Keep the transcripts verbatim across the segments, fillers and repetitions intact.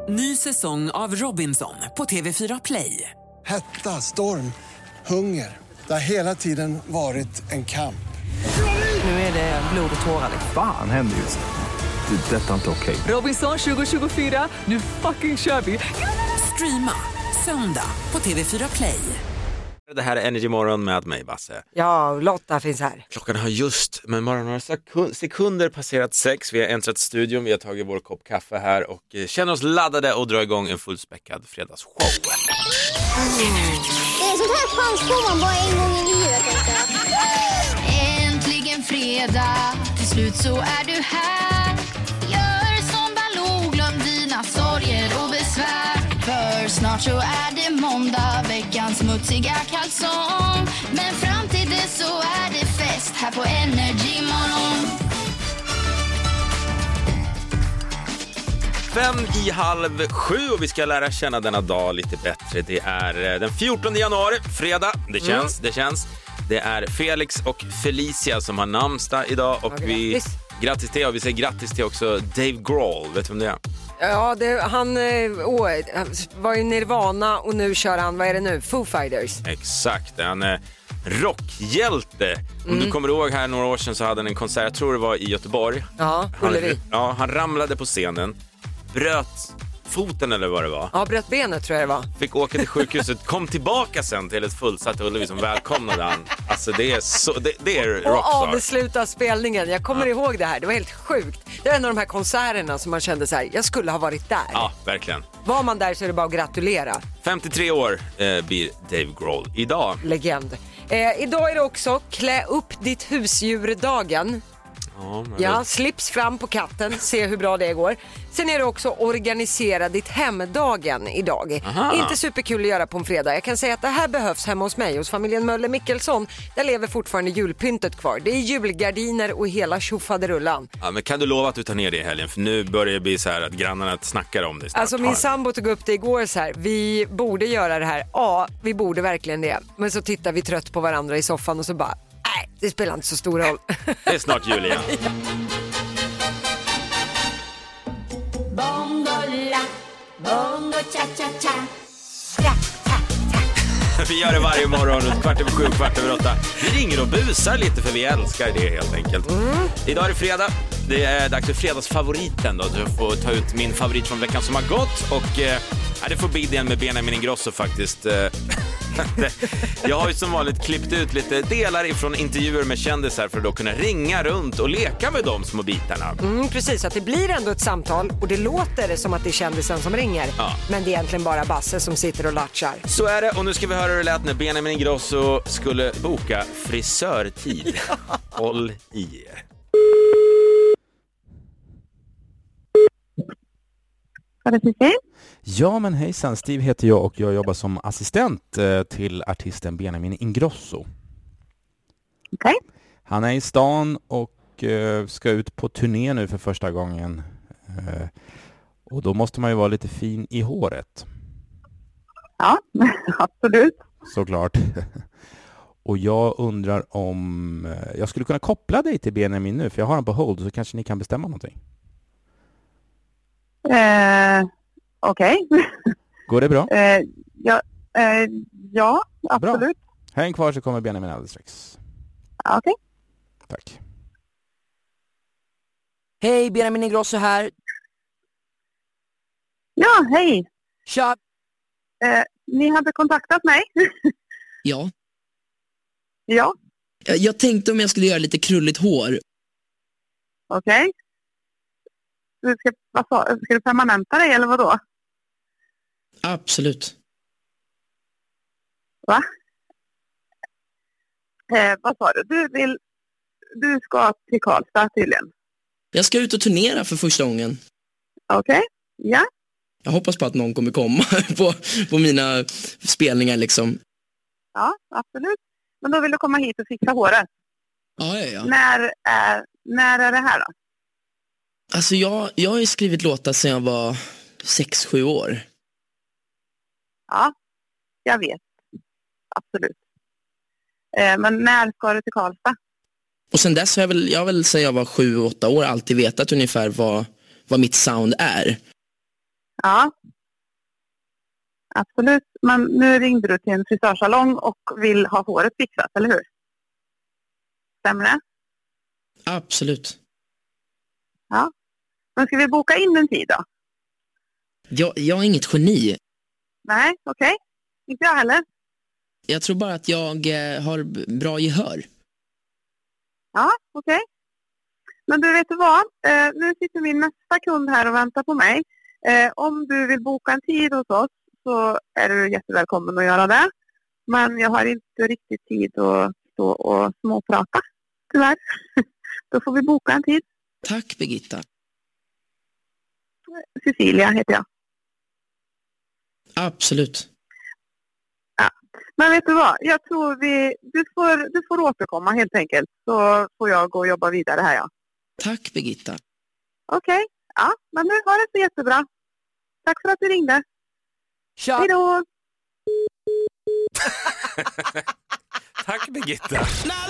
Ny säsong av Robinson på T V fyra Play. Hetta, storm, hunger. Det har hela tiden varit en kamp. Nu är det blod och tårar. Fan händer just det. Det är detta inte okej. Robinson tjugo tjugofyra, nu fucking kör vi. Streama söndag på T V fyra Play. Det här är Energy Morgon med mig, Basse. Ja, Lotta finns här. Klockan har just med bara några sekund- sekunder passerat sex. Vi har äntrat studion, vi har tagit vår kopp kaffe här och eh, känner oss laddade och drar igång en fullspäckad fredagsshow. Mm. Det är sånt här chans får man bara en gång i livet. Äntligen fredag, till slut så är du här. Gör som Baloo, glöm dina sorger och besvär. För snart så är det måndag, veckans smutsiga kalsong. Men fram till det så är det fest här på Energy Morgon. Fem i halv sju och vi ska lära känna denna dag lite bättre. Det är eh, den fjortonde januari, fredag. Det känns, mm. det känns. Det är Felix och Felicia som har namnsdag idag. Och ja, vi, grattis. grattis till, och vi säger grattis till också Dave Grohl. Vet du vem det är? Ja, det, han åh, var ju Nirvana och nu kör han, vad är det nu? Foo Fighters. Exakt, han är rockhjälte. Om mm. du kommer ihåg här några år sedan så hade han en konsert, jag tror det var i Göteborg. Ja, han, Ullevi. Ja, han ramlade på scenen, bröt foten eller vad det var. Ja, bröt benet tror jag det var. Fick åka till sjukhuset, kom tillbaka sen till ett fullsatt Ullevi som välkomnade han. Alltså det är så, det, det är rockstar. Och avsluta spelningen, jag kommer ja. ihåg det här, det var helt sjukt. Det är en av de här konserterna som man kände så här, jag skulle ha varit där. Ja, verkligen. Var man där så är det bara att gratulera. femtiotre år eh, blir Dave Grohl idag. Legend. Eh, idag är det också klä upp ditt husdjur-dagen. Ja, ja, slips fram på katten, se hur bra det går. Sen är det också organisera ditt hemdagen idag. Aha. Inte superkul att göra på en fredag. Jag kan säga att det här behövs hemma hos mig, hos familjen Möller Mikkelsson. Där lever fortfarande julpyntet kvar. Det är julgardiner och hela tjofaderullan. Ja, men kan du lova att du tar ner det i helgen? För nu börjar det bli så här att grannarna snackar om det snart. Alltså min sambo tog upp det igår så här. Vi borde göra det här. Ja, vi borde verkligen det. Men så tittar vi trött på varandra i soffan och så bara, nej, det spelar inte så stor roll. Det är snart jul igen. Ja. Bongola, bongo cha cha cha. Vi gör det varje morgon runt kvart över sju, kvart över åtta. Vi ringer och busar lite för vi älskar det helt enkelt. Mm. Idag är det fredag. Det är dags för fredagsfavoriten då. Du får ta ut min favorit från veckan som har gått. Och eh, det får bli den med Benjamin Ingrosso faktiskt. Jag har ju som vanligt klippt ut lite delar ifrån intervjuer med kändisar för att då kunna ringa runt och leka med de små bitarna. Mm, precis, att det blir ändå ett samtal och det låter som att det är kändisen som ringer. Ja. Men det är egentligen bara Basse som sitter och latchar. Så är det, och nu ska vi höra hur det lät när Benjamin Ingrosso skulle boka frisörtid. Ja. Håll i er. Ja, men hejsan, Steve heter jag och jag jobbar som assistent eh, till artisten Benjamin Ingrosso. Okej. Okay. Han är i stan och eh, ska ut på turné nu för första gången. Eh, och då måste man ju vara lite fin i håret. Ja, absolut. Såklart. Och jag undrar om eh, jag skulle kunna koppla dig till Benjamin nu, för jag har han på hold, så kanske ni kan bestämma någonting. Eh... Okej. Okay. Går det bra? Eh, ja, eh, ja, absolut. Bra. Häng kvar så kommer Benjamin alldeles strax. Okej. Okay. Tack. Hej, Benjamin Ingrosso här. Ja, hej. Tja. Eh, ni hade kontaktat mig. Ja. Ja. Jag tänkte om jag skulle göra lite krulligt hår. Okej. Okay. Du ska, vad sa, ska du permanenta dig eller vad då? Absolut. Va? Eh, vad sa du? Du vill, du ska till Karlstad tydligen. Jag ska ut och turnera för första gången. Okej, okay. Ja. Jag hoppas på att någon kommer komma på, på mina spelningar liksom. Ja, absolut. Men då vill du komma hit och fixa håret. Ja, ja, ja. När är, när är det här då? Alltså jag, jag har ju skrivit låtar sedan jag var sex sju år. Ja, jag vet. Absolut. Eh, men när ska du till Karlstad? Och sen dess har jag väl, jag väl sedan jag var sju åtta år alltid vetat ungefär vad, vad mitt sound är. Ja. Absolut. Men nu ringde du till en frisörsalong och vill ha håret fixat, eller hur? Stämmer det? Absolut. Ja. Men ska vi boka in en tid då? Jag, jag är inget geni. Nej, okej. Okay. Inte jag heller. Jag tror bara att jag eh, har bra gehör. Ja, okej. Okay. Men du, vet du vad? Eh, nu sitter min nästa kund här och väntar på mig. Eh, om du vill boka en tid hos oss så är du jättevälkommen att göra det. Men jag har inte riktigt tid att stå och småprata, tyvärr. Då får vi boka en tid. Tack, Birgitta. Cecilia heter jag. Absolut. Ja. Men vet du vad? Jag tror vi... Du får, du får återkomma helt enkelt. Så får jag gå och jobba vidare här, ja. Tack, Birgitta. Okej. Okay. Ja, men nu var det så jättebra. Tack för att du ringde. Tja. Hej då! Tack, Birgitta.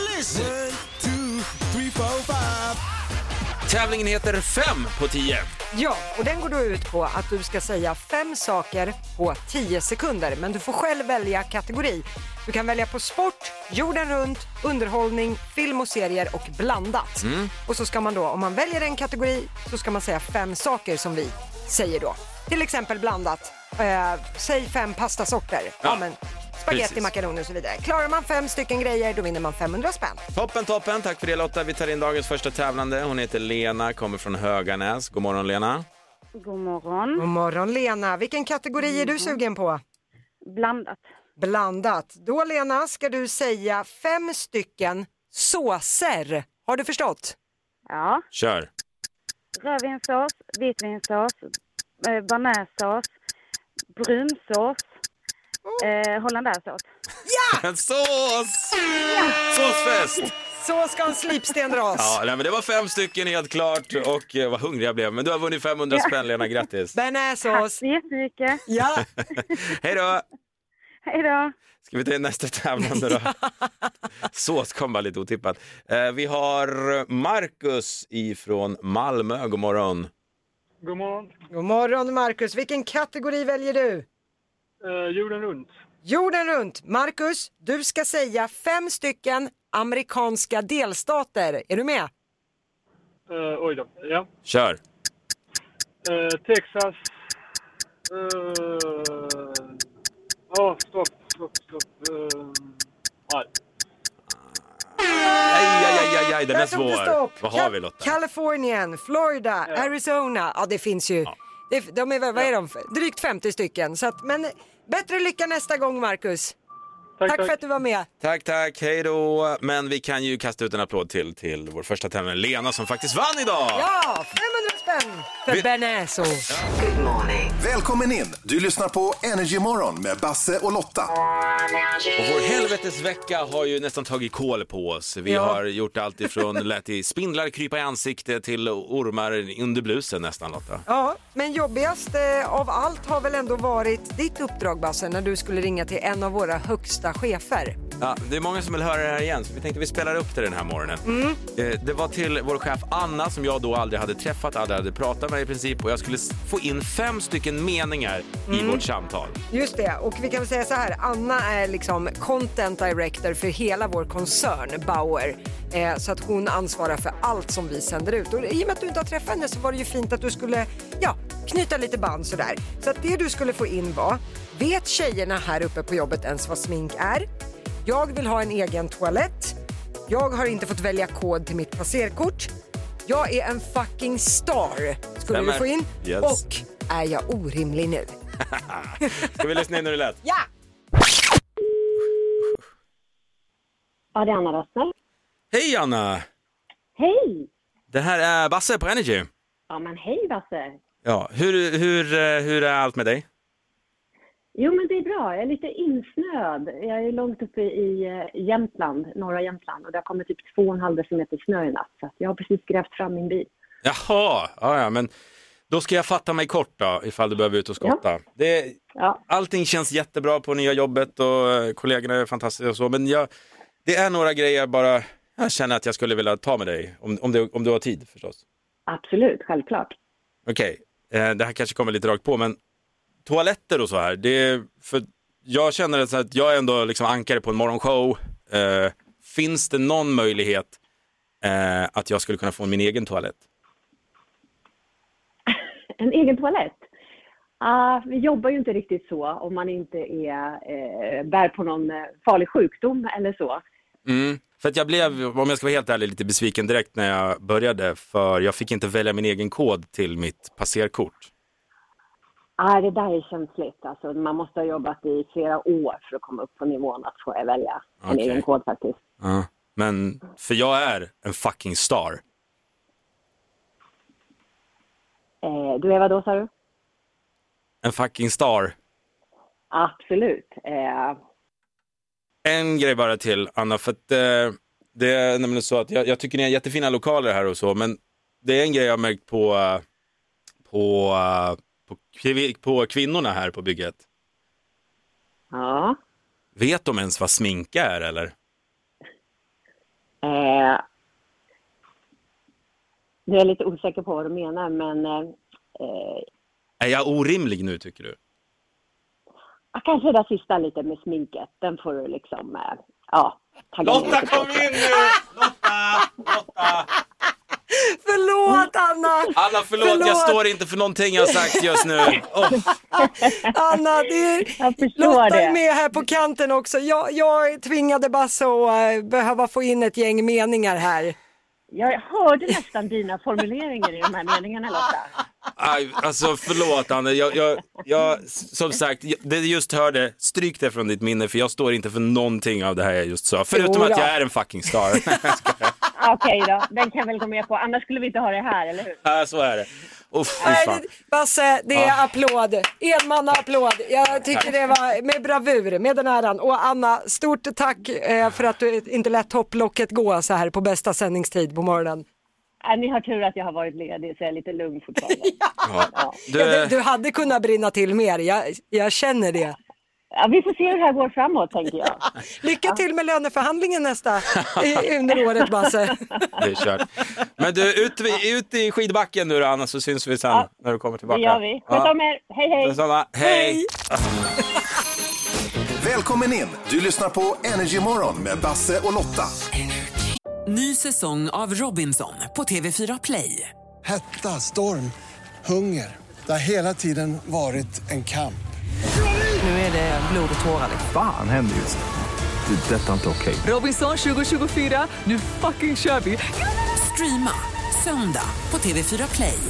Tävlingen heter fem på tio. Ja, och den går då ut på att du ska säga fem saker på tio sekunder. Men du får själv välja kategori. Du kan välja på sport, jorden runt, underhållning, film och serier och blandat. Mm. Och så ska man då, om man väljer en kategori, så ska man säga fem saker som vi säger då. Till exempel blandat. Eh, säg fem pastasorter. Ja, ja men spaghetti, precis. Makaroner och så vidare. Klarar man fem stycken grejer, då vinner man femhundra spänn. Toppen, toppen. Tack för det, Lotta. Vi tar in dagens första tävlande. Hon heter Lena, kommer från Höganäs. God morgon, Lena. God morgon. God morgon, Lena. Vilken kategori är du sugen på? Blandat. Blandat. Då, Lena, ska du säga fem stycken såser. Har du förstått? Ja. Kör. Rödvinssås, vitvinsås, eh, bearnaisesås, brunsås, eh, hollandaisesås. Ja! Sås! Ja! Såsfest! Så ska en slipsten dras. Ja, nej, men det var fem stycken helt klart och eh, vad hungrig jag blev. Men du har vunnit femhundra spänn, Lena. Grattis. Bearnaisesås. Tack så jättemycket. Ja. Hej då. Hej då. Ska vi ta nästa tävlande då? Sås kom bara lite otippat. Eh, vi har Marcus ifrån Malmö. God morgon. God morgon. God morgon, Marcus. Vilken kategori väljer du? Uh, jorden runt. Jorden runt. Marcus, du ska säga fem stycken amerikanska delstater. Är du med? Uh, oj då, ja. Kör. Uh, Texas. Ja, uh, oh, stopp, stopp, stopp. Uh, nej. Aj, aj, aj, aj, den är Där tog det svår. stopp. Vad har vi, Lotta? Kalifornien, Florida, Ja. Arizona. Ja, det finns ju. Ja. Det, de är, vad är de? Drygt femtio stycken. Så att, men bättre lycka nästa gång, Marcus. Tack, Tack, tack. för att du var med. Tack, tack. Hej då. Men vi kan ju kasta ut en applåd till, till vår första tävlande Lena som faktiskt vann idag. Ja, femhundra spänn för Vi- bearnaisesås. Välkommen in! Du lyssnar på Energy Morgon med Basse och Lotta. Och vår helvetesvecka har ju nästan tagit kål på oss. Vi Ja. har gjort allt ifrån lätt i spindlar krypa i ansiktet till ormar under blusen nästan, Lotta. Ja, men jobbigast eh, av allt har väl ändå varit ditt uppdrag, Basse, när du skulle ringa till en av våra högsta chefer. Ja, det är många som vill höra det här igen, så vi tänkte vi spelar upp det den här morgonen. Mm. Eh, Det var till vår chef Anna som jag då aldrig hade träffat, aldrig hade pratat med i princip. Och jag skulle s- få in fem stycken meningar i Mm. vårt samtal. Just det, och vi kan väl säga så här, Anna är liksom content director för hela vår koncern Bauer. Eh, så att hon ansvarar för allt som vi sänder ut. Och i och med att du inte har träffat henne så var det ju fint att du skulle, ja, knyta lite band sådär. Så att det du skulle få in var, vet tjejerna här uppe på jobbet ens vad smink är? Jag vill ha en egen toalett. Jag har inte fått välja kod till mitt passerkort. Jag är en fucking star, skulle Stämmer. du få in. Yes. Och är jag orimlig nu? Ska vi lyssna in hur det lät? Ja! Ja, det är Anna Rössel. Hej Anna! Hej! Det här är Basse på Energy. Ja, men hej Basse. Ja, hur, hur, eh, hur är allt med dig? Jo, men det är bra. Jag är lite insnöad. Jag är långt uppe i eh, Jämtland, norra Jämtland. Och det har kommit typ två och en halv decimeter snö i natt. Så att jag har precis grävt fram min bil. Jaha, ja, ja, men då ska jag fatta mig kort då, ifall du behöver ut och skotta. Ja. Det, Ja. allting känns jättebra på nya jobbet och eh, kollegorna är fantastiska och så, men jag, det är några grejer bara, jag känner att jag skulle vilja ta med dig, om, om, du, om du har tid förstås. Absolut, självklart. Okej, eh, det här kanske kommer lite rakt på, men toaletter och så här. Det är för jag känner så att jag är ändå liksom ankare på en morgonshow. Eh, finns det någon möjlighet eh, att jag skulle kunna få min egen toalett? En egen toalett? Uh, vi jobbar ju inte riktigt så om man inte är, eh, bär på någon farlig sjukdom eller så. Mm. För att jag blev, om jag ska vara helt ärlig, lite besviken direkt när jag började. För jag fick inte välja min egen kod till mitt passerkort. Ah, det där är känsligt. Alltså, man måste ha jobbat i flera år för att komma upp på nivån att få välja en Okej. egen kod faktiskt. Ja. Men, för jag är en fucking star. Eh, du är vad då, sa du? En fucking star. Absolut. Eh, En grej bara till, Anna, för att eh, det är nämligen så att jag, jag tycker ni har jättefina lokaler här och så, men det är en grej jag har märkt på, eh, på, eh, på, kv- på kvinnorna här på bygget. ja. Vet de ens vad sminka är, eller? Eh, nu är jag lite osäker på vad du menar, men eh, Är jag orimlig nu, tycker du? ja, kanske det sista lite med sminket. Den får du liksom, eh, ja. tagga ner Lotta, lite på. kom in nu! Lotta! Lotta! Förlåt, Anna! Anna, förlåt, Förlåt. jag står inte för någonting jag har sagt just nu. Oh. Anna, det är... Jag förstår Lotta det. är med här på kanten också. Jag, jag tvingade Basse att uh, behöva få in ett gäng meningar här. Jag hörde nästan dina formuleringar i de här meningarna, Lotta. Aj, alltså förlåt, Anna, jag, jag, jag, som sagt, det du just hörde, stryk det från ditt minne, för jag står inte för någonting av det här jag just sa, förutom Jo då. att jag är en fucking star. Okej då, den kan jag väl gå med på. Annars skulle vi inte ha det här, eller hur? Ja, så är det. Uff, fy Nej, fan. det- Basse, det är Ja. applåd. Enmanna applåd. Jag tycker det var med bravur, med den äran. Och Anna, stort tack eh, för att du inte lät topplocket gå så här på bästa sändningstid på morgonen. Äh, ni har tur att jag har varit ledig, så jag är lite lugn fortfarande. Ja. Du, ja, du, du hade kunnat brinna till mer, jag, jag känner det. Ja, vi får se hur det här går framåt, tänker jag. Lycka till med löneförhandlingen nästa i, under året, Basse. Det är kört. Men du, ut, ut i skidbacken nu då, Anna, så syns vi sen Ja. när du kommer tillbaka. Det gör vi. Sköt om er. Hej, hej. Detsamma. Hej. Välkommen in! Du lyssnar på Energy Morgon med Basse och Lotta. Ny säsong av Robinson på T V fyra Play. Hetta, storm, hunger. Det har hela tiden varit en kamp. Nu är det blod och tårar. Fan händer just nu. Det. är Detta är inte okej. Robinson tjugo tjugofyra, nu fucking kör vi. Streama söndag på T V fyra Play.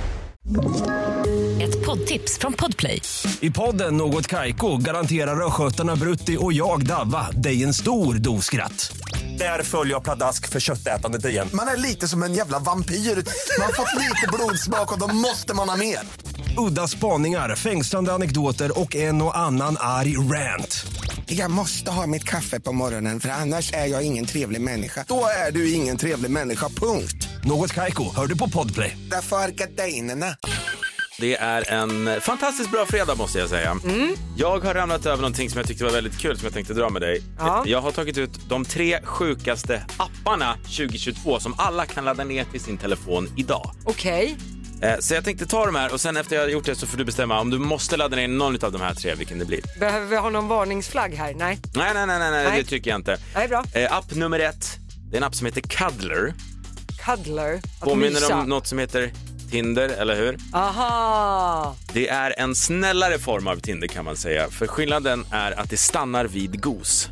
Ett poddtips från Podplay. I podden Något Kaiko garanterar röskötarna Brutti och jag Davva dig en stor dos skratt. Där följer jag pladask för köttätandet igen. Man är lite som en jävla vampyr. Man har fått lite blodsmak och då måste man ha mer. Udda spaningar, fängslande anekdoter och en och annan arg rant. Jag måste ha mitt kaffe på morgonen för annars är jag ingen trevlig människa. Då är du ingen trevlig människa, punkt. Något Kaiko, hör du på Podplay. Därför är gardinerna. Det är en fantastiskt bra fredag, måste jag säga. Mm. Jag har ramlat över någonting som jag tyckte var väldigt kul, som jag tänkte dra med dig. Ja. Jag har tagit ut de tre sjukaste apparna tjugohundratjugotvå som alla kan ladda ner till sin telefon idag. Okej. Eh, Så jag tänkte ta de här, och sen efter jag har gjort det så får du bestämma om du måste ladda ner någon av de här tre, vilken det blir. Behöver vi ha någon varningsflagg här? Nej. Nej, nej, nej, nej, nej, Nej. det tycker jag inte. Det är bra. Eh, app nummer ett, det är en app som heter Cuddler. Cuddler. Att Påminner mysa. om något som heter Tinder, eller hur? Aha. Det är en snällare form av Tinder, kan man säga. För skillnaden är att det stannar vid gos.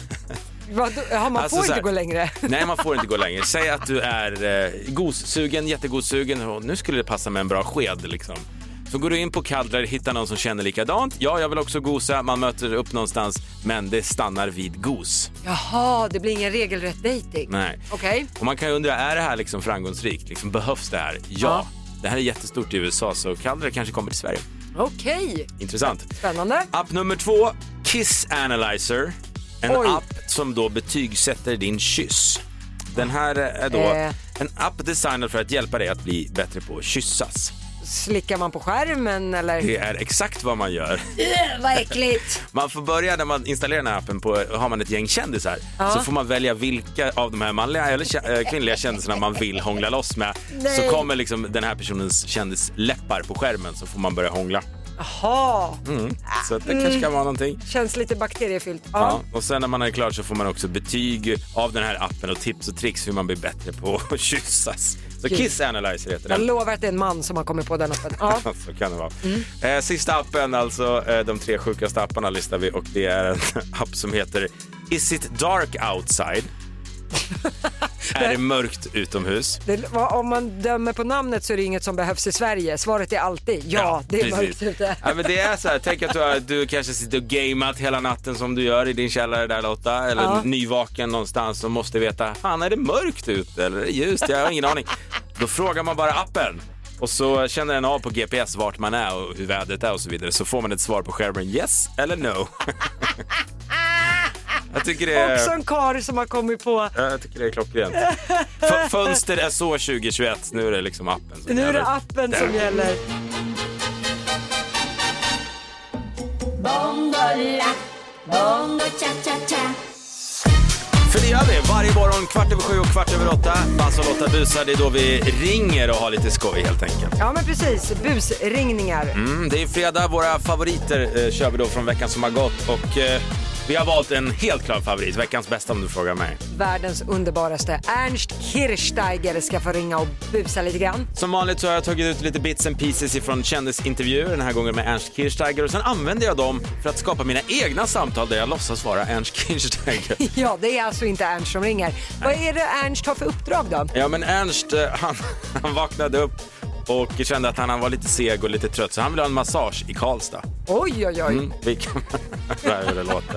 Vad, ja, man Alltså får så inte här- gå längre. Nej, man får inte gå längre. Säg att du är eh, gossugen, jättegossugen, och nu skulle det passa med en bra sked liksom. Så går du in på Cuddler, hittar någon som känner likadant. Ja, jag vill också gosa, man möter upp någonstans, men det stannar vid gos. Jaha, det blir ingen regelrätt dating. Nej. Okej. Och man kan ju undra, är det här liksom framgångsrikt? Liksom, behövs det här? Ja. Ja. Det här är jättestort i U S A, så Cuddler kanske kommer till Sverige. Okej. Intressant. Spännande. App nummer två, Kiss Analyzer. En Oj. app som då betygsätter din kyss. Den här är då Eh. en app designad för att hjälpa dig att bli bättre på att kyssas. Slickar man på skärmen eller? Det är exakt vad man gör. Äh, vad äckligt. Man får börja när man installerar den här appen på, har man ett gäng kändisar, Ja. så får man välja vilka av de här manliga eller kä- äh, kvinnliga kändisarna man vill hångla loss med. Nej. Så kommer liksom den här personens kändisläppar på skärmen, så får man börja hångla. Jaha. Mm. Så att det kanske kan vara någonting. Känns lite bakteriefyllt. Ja. Ja. Och sen när man är klar så får man också betyg av den här appen och tips och tricks hur man blir bättre på att kyssas. Så Kiss Analyzer heter den. Jag lovar att det är en man som har kommit på den appen. Ja. Så kan det vara. Mm. Eh, sista appen, alltså eh, de tre sjukaste apparna listar vi, och det är en app som heter Is it dark outside? Är det mörkt utomhus? Det, om man dömer på namnet så är det inget som behövs i Sverige. Svaret är alltid ja, ja det är precis. Mörkt ute. Ja, men det är så här, tänk att du, har, du kanske sitter och gameat hela natten som du gör i din källare där, Lotta, eller ja. Nyvaken någonstans och måste veta, fan, är det mörkt ute eller är det ljust? Jag har ingen aning. Då frågar man bara appen och så känner den av på G P S vart man är och hur vädret är och så vidare, så får man ett svar på skärmen yes eller no. Jag tycker det är... Också en kar som har kommit på... Ja, jag tycker det är klockrent. F- fönster är så tjugo tjugoett. Nu är det liksom appen som Nu är gäller. det appen Där. som gäller. Bongo la, bongo cha-cha-cha. För det gör vi varje morgon, kvart över sju och kvart över åtta. Basse och Lotta busar, det är då vi ringer och har lite skoj helt enkelt. Ja men precis, busringningar. Mm, det är fredag, våra favoriter eh, kör vi då från veckan som har gått. Och eh, vi har valt en helt klar favorit, veckans bästa om du frågar mig. Världens underbaraste Ernst Kirchsteiger ska få ringa och busa lite grann. Som vanligt så har jag tagit ut lite bits and pieces ifrån kändisintervjuer, den här gången med Ernst Kirchsteiger. Och sen använder jag dem för att skapa mina egna samtal där jag låtsas vara Ernst Kirchsteiger. Ja, det är alltså inte Ernst som ringer. Nej. Vad är det Ernst har för uppdrag då? Ja, men Ernst, han, han vaknade upp och kände att han var lite seg och lite trött, så han ville ha en massage i Karlstad. Oj, oj, oj. Mm, vi kan... Där hur det låter.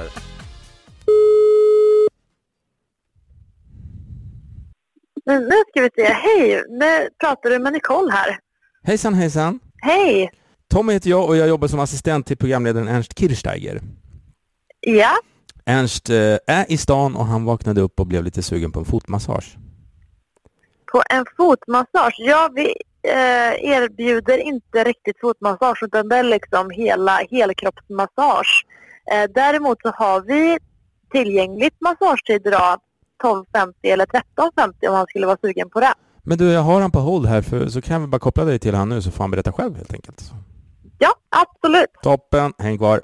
Nu ska vi se. Hej, nu pratar du med Nicole här. Hejsan, hejsan. Hej. Tom heter jag och jag jobbar som assistent till programledaren Ernst Kirchsteiger. Ja. Ernst eh, är i stan och han vaknade upp och blev lite sugen på en fotmassage. På en fotmassage? Ja, vi eh, erbjuder inte riktigt fotmassage utan det är liksom hela helkroppsmassage. Eh, däremot så har vi tillgängligt massagetid idag tolv femtio eller tretton femtio om han skulle vara sugen på det. Men du, jag har han på hold här för, så kan vi bara koppla dig till han nu så får han berätta själv helt enkelt. Ja, absolut. Toppen, häng kvar.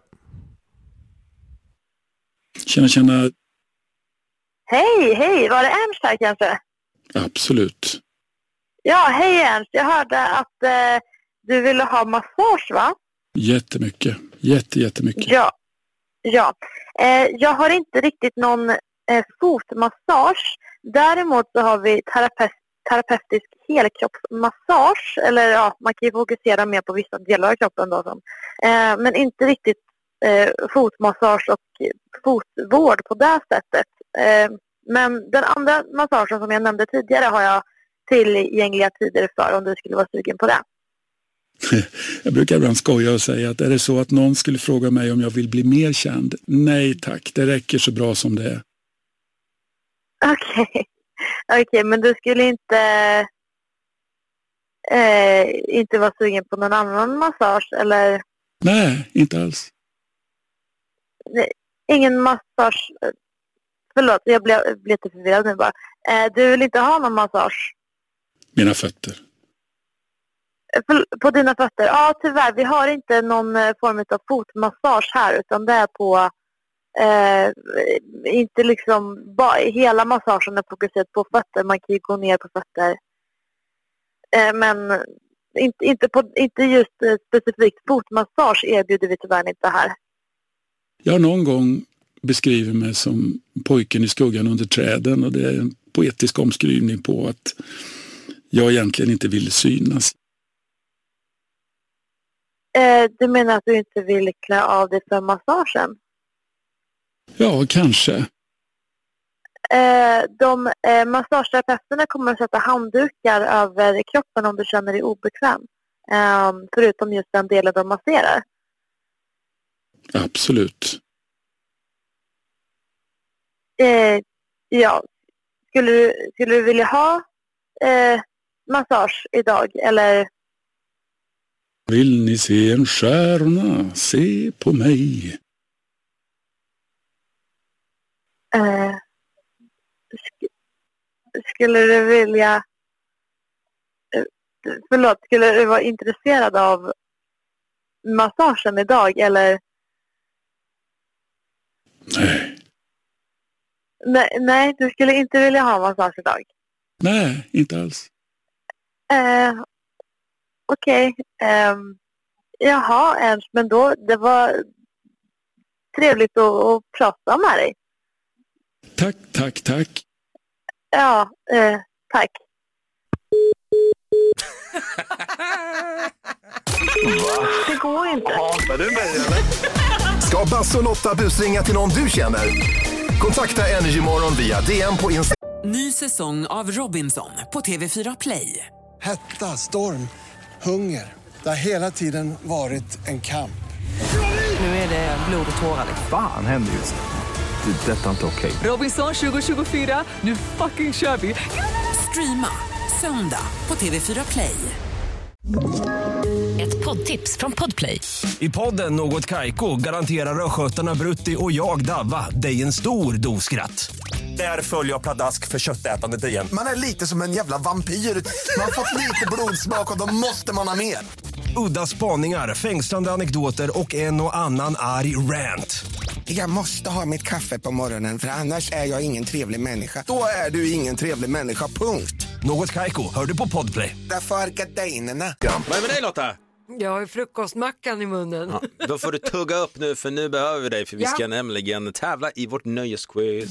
Tjena, tjena. Hej, hej. Var det Ernst här kanske? Absolut. Ja, hej Ernst. Jag hörde att eh, du ville ha massage, va? Jättemycket. Jätte, jättemycket. Ja, ja. Eh, jag har inte riktigt någon eh, fotmassage. Däremot så har vi terapeut, terapeutisk helkroppsmassage. Eller ja, man kan ju fokusera mer på vissa delar av kroppen då. Som. Eh, men inte riktigt eh, fotmassage och fotvård på det sättet. Eh, men den andra massagen som jag nämnde tidigare har jag tillgängliga tider för om du skulle vara sugen på det. Jag brukar ibland skoja och säga att är det så att någon skulle fråga mig om jag vill bli mer känd? Nej tack, det räcker så bra som det är. Okej, okay. Okej, okay, men du skulle inte eh, inte vara sugen på någon annan massage eller? Nej, inte alls. Nej, ingen massage. Förlåt, jag blev, blev lite förvirrad nu bara. Eh, du vill inte ha någon massage? Mina fötter. För, på dina fötter? Ja, tyvärr. Vi har inte någon form av fotmassage här utan det är på eh, inte liksom bara, hela massagen är fokuserad på fötter. Man kan ju gå ner på fötter. Eh, men inte, inte, på, inte just eh, specifikt fotmassage erbjuder vi tyvärr inte här. Jag har någon gång beskrivit mig som pojken i skuggan under träden och det är en poetisk omskrivning på att jag egentligen inte vill synas. Eh, du menar att du inte vill klä av dig för massagen? Ja, kanske. Eh, de eh, massageterapeuterna kommer att sätta handdukar över kroppen om du känner dig obekväm. Eh, förutom just den delen de masserar. Absolut. Eh, ja. Skulle du, skulle du vilja ha eh, massage idag eller? Vill ni se en stjärna? Se på mig. Eh, sk- skulle du vilja... Eh, förlåt, skulle du vara intresserad av massagen idag, eller? Nej. Nej, nej, du skulle inte vilja ha massage idag. Nej, inte alls. Eh, Okej. Okay. Eh, jaha, Ernst, men då, det var trevligt att, att prata med dig. Tack, tack, tack. Ja, eh, tack. Det går inte. Hatar du mig, eller? Ska Basse och Lotta busringa till någon du känner? Kontakta Energy Morgon via D M på Insta. Ny säsong av Robinson på T V fyra Play. Hetta, storm, hunger. Det har hela tiden varit en kamp. Nu är det blod och tårar. Fan händer just det. Det är detta inte okej. Robinson tjugo tjugofyra, nu fucking kör vi. Streama söndag på T V fyra Play. Ett poddtips från Podplay. I podden Något Kaiko garanterar röskötarna Brutti och jag Davva dig en stor doskratt. Där följer jag pladask för köttätandet igen. Man är lite som en jävla vampyr. Man har fått lite blodsmak och då måste man ha mer. Udda spaningar, fängslande anekdoter och en och annan arg rant. Jag måste ha mitt kaffe på morgonen, för annars är jag ingen trevlig människa. Då är du ingen trevlig människa, punkt. Något Kaiko, hör du på Podplay. Därför är gardinerna. Vad är med dig, Lotta? Jag har ju frukostmackan i munnen. Ja, då får du tugga upp nu, för nu behöver vi dig, för vi Ja. ska nämligen tävla i vårt nöjesquiz.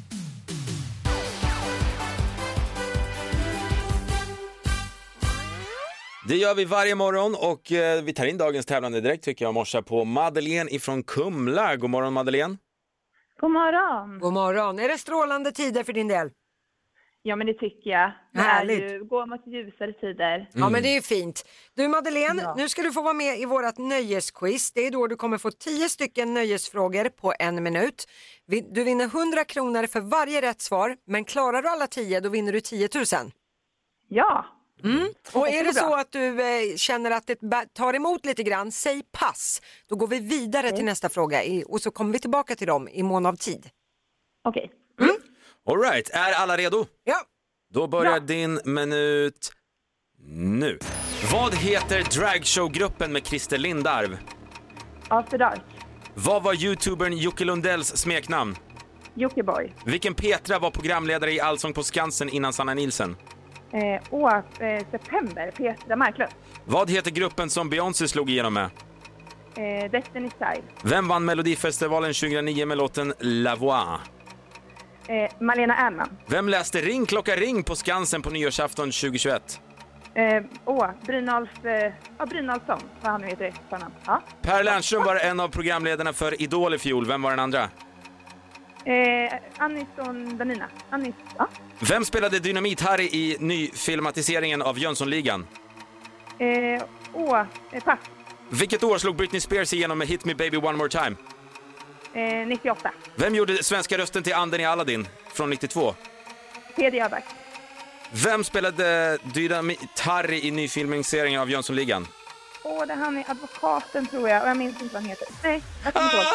Det gör vi varje morgon och eh, vi tar in dagens tävlande direkt, tycker jag, morsa på Madeleine ifrån Kumla. God morgon, Madeleine. God morgon. God morgon. Är det strålande tider för din del? Ja, men det tycker jag. Det Härligt. är ju, går mot ljusare tider. Mm. Ja, men det är ju fint. Du, Madeleine, Ja. nu ska du få vara med i vårat nöjesquiz. Det är då du kommer få tio stycken nöjesfrågor på en minut. Vi- Du vinner hundra kronor för varje rätt svar, men klarar du alla tio, då vinner du tio tusen. Ja. Mm. Och är det bra. så att du eh, känner att det bä- tar emot lite grann, säg pass. Då går vi vidare till nästa fråga i, och så kommer vi tillbaka till dem i mån av tid. Okej. All right, är alla redo? Ja. Då börjar din minut nu. Vad heter dragshowgruppen med Christer Lindarw? After Dark. Vad var youtubern Jocke Lundells smeknamn? Jockiboi. Vilken Petra var programledare i Allsång på Skansen innan Sanna Nielsen? Eh, åh, eh, September. Petra Marklund. Vad heter gruppen som Beyoncé slog igenom med? Eh, Destiny Style. Vem vann Melodifestivalen tjugohundranio med låten La Voix? Eh, Malena Ernman. Vem läste Ring klocka ring på Skansen på nyårsafton tjugohundratjugoett? Eh, åh, Brynolf... Eh, ja, Brynolfsson. Vad han nu heter. Förnamn. Ja. Per Lernström var en av programledarna för Idol i fjol. Vem var den andra? Eh, Aniston Danina. Anis... Ja. Vem spelade Dynamit-Harry i nyfilmatiseringen av Jönssonligan? Eh, åh, eh, pass. Vilket år slog Britney Spears igenom med Hit Me Baby One More Time? Eh, nittioåtta. Vem gjorde svenska rösten till anden i Aladdin från nittiotvå? Peder Jöback. Vem spelade Dynamit-Harry i nyfilmatiseringen av Jönssonligan? Åh, det han är advokaten, tror jag. Och jag minns inte vad han heter. Nej, jag kommer inte ihåg.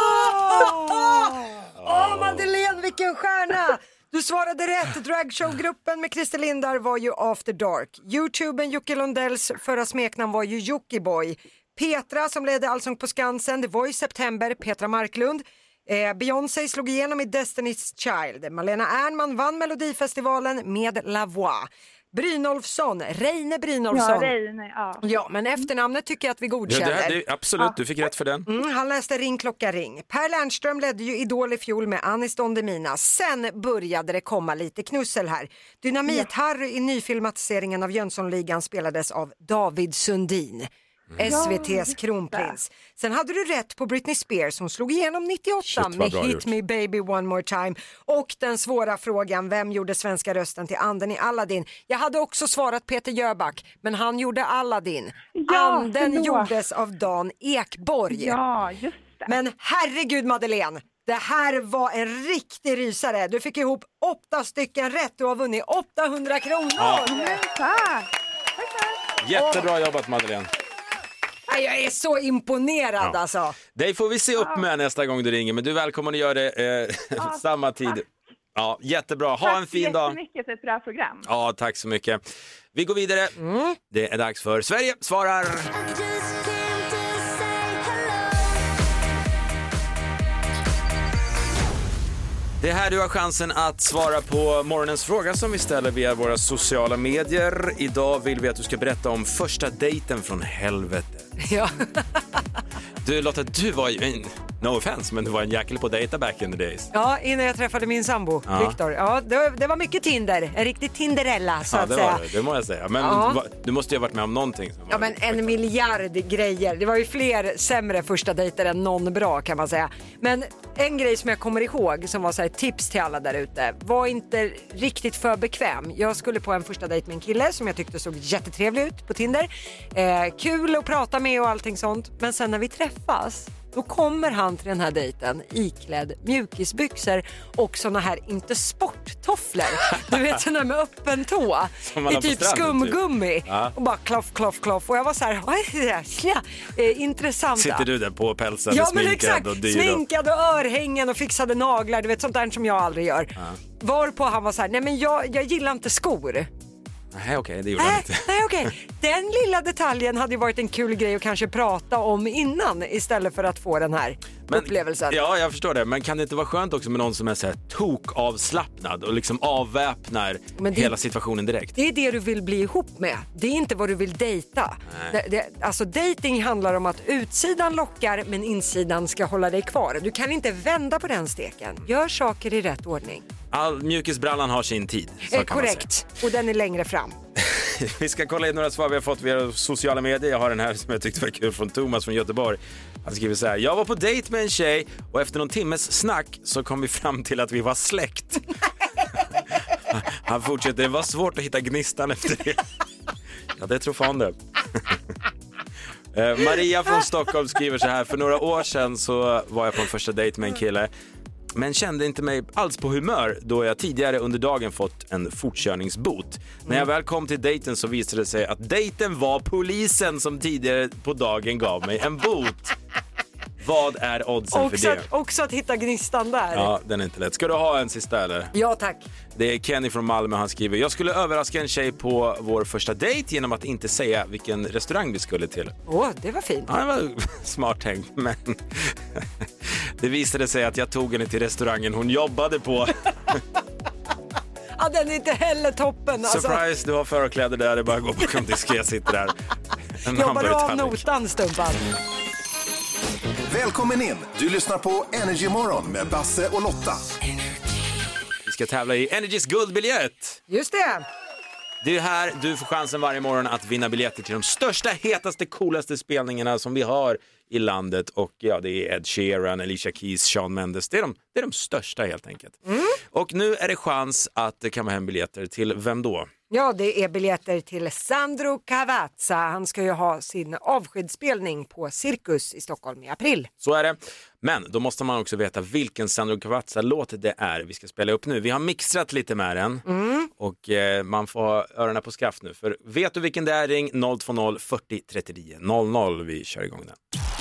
Åh, oh, Madeleine, vilken stjärna! Du svarade rätt. Dragshowgruppen med Christer Lindarw var ju After Dark. Youtuben Jocke Lundells förra smeknamn var ju Jockiboi. Petra som ledde Allsång på Skansen, det var i september, Petra Marklund. Eh, Beyoncé slog igenom i Destiny's Child. Malena Ernman vann Melodifestivalen med La Voix. Brynolfsson, Reine Brynolfsson. Ja, Reine, ja. Ja, men efternamnet tycker jag att vi Ja, godkänner. det här, det, absolut, du fick rätt för den. Mm, han läste Ring klocka ring. Per Lernström ledde ju Idol i fjol med Aniston Demina. Sen började det komma lite knussel här. Dynamit-Harry i nyfilmatiseringen av Jönssonligan spelades av David Sundin. S V T:s kronprins. Sen hade du rätt på Britney Spears. Hon slog igenom nittioåtta Shit, med bra Hit gjort. Me Baby One More Time. Och den svåra frågan, vem gjorde svenska rösten till anden i Aladdin? Jag hade också svarat Peter Jöback, men han gjorde Aladdin. Ja, anden förlåt. gjordes av Dan Ekborg. Ja, just det. Men herregud, Madeleine, det här var en riktig rysare. Du fick ihop åtta stycken rätt. Du har vunnit åttahundra kronor. Ja. Men tack. Tack, tack. Jättebra jobbat, Madeleine. Nej, jag är så imponerad Ja. alltså. Dig får vi se upp med nästa gång du ringer, men du är välkommen att göra det eh, samma tid. Ja, jättebra. Ha Tack en fin dag. Tack så mycket för ett bra program. Ja, tack så mycket. Vi går vidare. Mm. Det är dags för Sverige svarar. Det är här du har chansen att svara på morgonens fråga som vi ställer via våra sociala medier. Idag vill vi att du ska berätta om första dejten från helvetet. Ja. Du Lotta, du var ju en, no offense, men du var en jäkel på dejta back in the days. Ja, innan jag träffade min sambo, Ja. Viktor. Ja, det var, det var mycket Tinder. En riktig Tinderella, så Ja, att det säga. var det, det må jag säga. Men Ja. va, du måste ju ha varit med om någonting. Som Ja, men en miljard grejer. Det var ju fler sämre första dejter än någon bra, kan man säga. Men en grej som jag kommer ihåg som var så här tips till alla där ute. Var inte riktigt för bekväm. Jag skulle på en första dejt med en kille som jag tyckte såg jättetrevlig ut på Tinder. Eh, kul att prata med och allting sånt. Men sen när vi träffas, då kommer han till den här dejten iklädd mjukisbyxor och såna här, inte sporttofflor. Du vet, såna med öppen tå. Som man I har på typ stranden, typ. skumgummi. Ja. Och bara kloff, kloff, kloff. Och jag var så här, vad är det? Ja, eh, intressanta. Sitter du där på pälsen, Ja, men sminkad exakt. och dyr? Sminkad och örhängen och fixade naglar. Du vet, sånt där som jag aldrig gör. Ja. Varpå han var så här, nej men jag, jag gillar inte skor. Nej, okej, det gjorde han Nej, inte. nej okej. Den lilla detaljen hade ju varit en kul grej att kanske prata om innan istället för att få den här Men, upplevelsen. Ja, jag förstår det. Men kan det inte vara skönt också med någon som är så här tok-avslappnad och liksom avväpnar Men det- hela situationen direkt? Det är det du vill bli ihop med. Det är inte vad du vill dejta. Nej. Det, det, alltså dating handlar om att utsidan lockar men insidan ska hålla dig kvar. Du kan inte vända på den steken. Gör saker i rätt ordning. All mjukisbrallan har sin tid. Så Eh, kan man säga. korrekt. Och den är längre fram. Vi ska kolla in några svar vi har fått via sociala medier. Jag har den här som jag tyckte var kul från Thomas från Göteborg. Han skriver så här: jag var på dejt med en tjej och efter någon timmes snack så kom vi fram till att vi var släkt. Han fortsätter: det var svårt att hitta gnistan efter det. Ja, det tror fan det. Eh, Maria från Stockholm skriver så här: för några år sedan så var jag på en första dejt med en kille, men kände inte mig alls på humör då jag tidigare under dagen fått en fortkörningsbot. Mm. När jag väl kom till dejten så visade det sig att dejten var polisen som tidigare på dagen gav mig en bot. Vad är oddsen Också för det? att, också att hitta gnistan där. Ja, den är inte lätt. Ska du ha en sista eller? Ja, tack. Det är Kenny från Malmö, han skriver: jag skulle överraska en tjej på vår första dejt genom att inte säga vilken restaurang vi skulle till. Åh, det var fint. Ja, det var smart tänkt, men det visade sig att jag tog henne till restaurangen hon jobbade på. Ja, den är inte heller toppen. Alltså. Surprise, du har förkläder där, det är bara att gå bakom disken, jag sitter där. En Jobbar du av hamburgertallrik. notan, Stumpan? Välkommen in! Du lyssnar på Energy Morgon med Basse och Lotta. Vi ska tävla i Energys guldbiljett. Just det. Det är här du får chansen varje morgon att vinna biljetter till de största, hetaste, coolaste spelningarna som vi har i landet. Och ja, det är Ed Sheeran, Alicia Keys, Shawn Mendes. Det är de, det är de största helt enkelt. Mm. Och nu är det chans att det kan vara hem biljetter till vem då? Ja, det är biljetter till Sandro Cavazza. Han ska ju ha sin avskedsspelning på Cirkus i Stockholm i april. Så är det. Men då måste man också veta vilken Sandro Cavazza-låt det är vi ska spela upp nu. Vi har mixtrat lite med den Mm. och eh, man får ha öronen på skaft nu. För vet du vilken det är, ring noll två noll fyrtio trettionio noll noll. Vi kör igång den.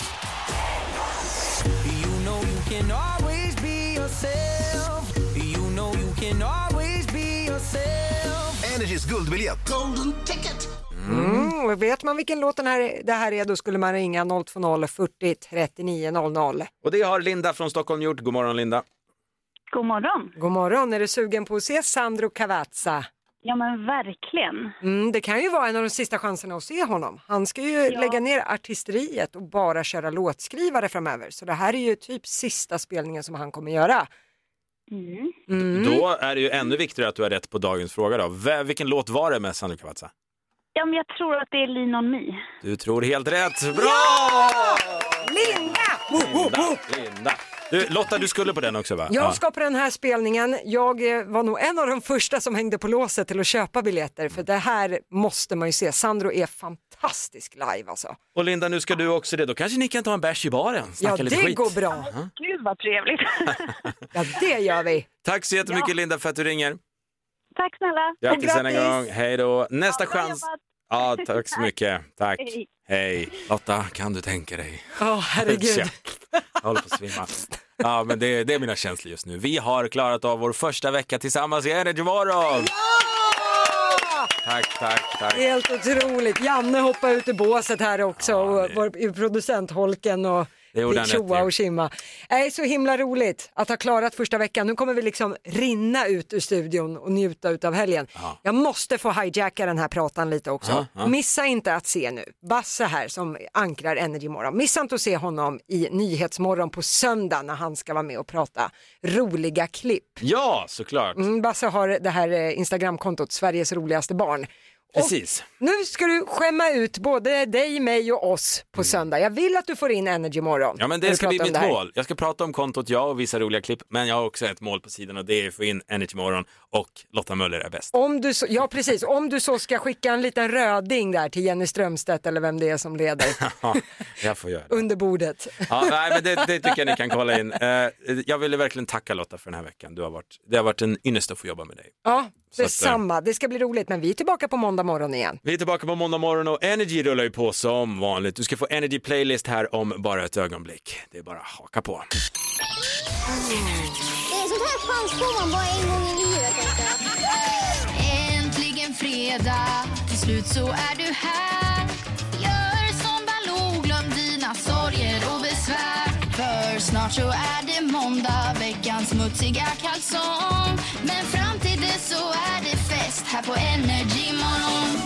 You know you can always be yourself. You know you can always be yourself. Energys guldbiljett. Golden ticket. Mm. Och vet man vilken låt den här, det här är, då skulle man ringa noll två noll fyrtio trettionio noll noll. Och det har Linda från Stockholm gjort. God morgon, Linda. God morgon. God morgon. Är du sugen på att se Sandro Cavazza? Ja, men verkligen. Mm, det kan ju vara en av de sista chanserna att se honom. Han ska ju Ja. lägga ner artisteriet och bara köra låtskrivare framöver. Så det här är ju typ sista spelningen som han kommer göra. Mm. Mm. Då är det ju ännu viktigare att du har rätt på dagens fråga då. V- vilken låt var det med Sandro Cavazza? Ja, men jag tror att det är Lean on me. Du tror helt rätt. Bra! Ja! Linda! Linda, Linda. Du, Lotta, du skulle på den också, va? Jag ska på den här spelningen. Jag eh, var nog en av de första som hängde på låset till att köpa biljetter. För det här måste man ju se. Sandro är fantastisk live alltså. Och Linda, nu ska du också det. Då kanske ni kan ta en bärs i baren. Snacka Ja, lite det skit. går bra. Gud vad trevligt. Ja, det gör vi. Tack så jättemycket, Ja. Linda, för att du ringer. Tack snälla. Grattis än en gång. Hej då. Nästa Ja, bra chans. jobbat. Ja, tack så mycket. Tack. Hej. Hej. Lotta, kan du tänka dig? Åh, herregud. Jag håller på att svimma. Ja, men det, det är mina känslor just nu. Vi har klarat av vår första vecka tillsammans i Energy Morgon. Tack, tack, tack. Helt otroligt. Janne hoppar ut i båset här också. Ja, och det- vår producent Holken och Det gjorde han rätt tjoa i. och kimma. Det är så himla roligt att ha klarat första veckan. Nu kommer vi liksom rinna ut ur studion och njuta ut av helgen. Ja. Jag måste få hijacka den här pratan lite också. Ja, ja. Missa inte att se nu Basse här som ankrar Energy Morgon. Missa inte att se honom i Nyhetsmorgon på söndag när han ska vara med och prata roliga klipp. Ja, såklart. Mm, Basse har det här eh, Instagramkontot Sveriges roligaste barn. Precis. Och nu ska du skämma ut både dig, mig och oss på söndag. Jag vill att du får in Energy Morgon. Ja, men det ska bli mitt mål. Jag ska prata om kontot, jag och vissa roliga klipp, men jag har också ett mål på sidan och det är att få in Energy Morgon och Lotta Möller är bäst. Om du så, ja, precis. Om du så ska skicka en liten röding där till Jenny Strömstedt eller vem det är som leder. Ja, jag får göra det. Under bordet. Ja, nej, men det, det tycker jag ni kan kolla in. Uh, jag ville verkligen tacka Lotta för den här veckan. Du har varit, det har varit en ynnest att få jobba med dig. Ja, Så det är att, samma. Det ska bli roligt, men vi är tillbaka på måndag morgon igen. Vi är tillbaka på måndag morgon och Energy rullar ju på som vanligt. Du ska få Energy Playlist här om bara ett ögonblick. Det är bara att haka på. Det är sånt här chans får man bara en gång i livet. Äntligen fredag, till slut så är du här. Gör som Baloo, glöm dina sorger och besvär. För snart så är det måndag, veckans smutsiga kalsong. Men fram till det så är det fest här på Energy Morgon.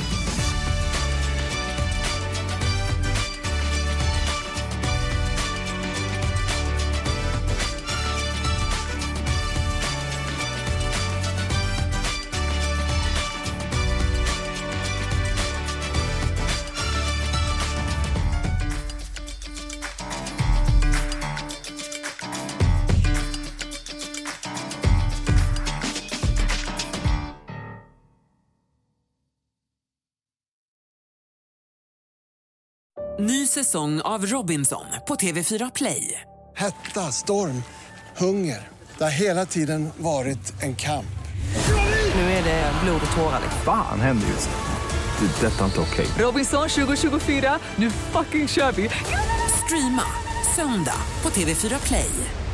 Ny säsong av Robinson på T V fyra Play. Hetta, storm, hunger. Det har hela tiden varit en kamp. Nu är det blod och tårar. Fan händer just det. Det är detta inte okej. Robinson tjugo tjugofyra, nu fucking kör vi. Streama söndag på T V fyra Play.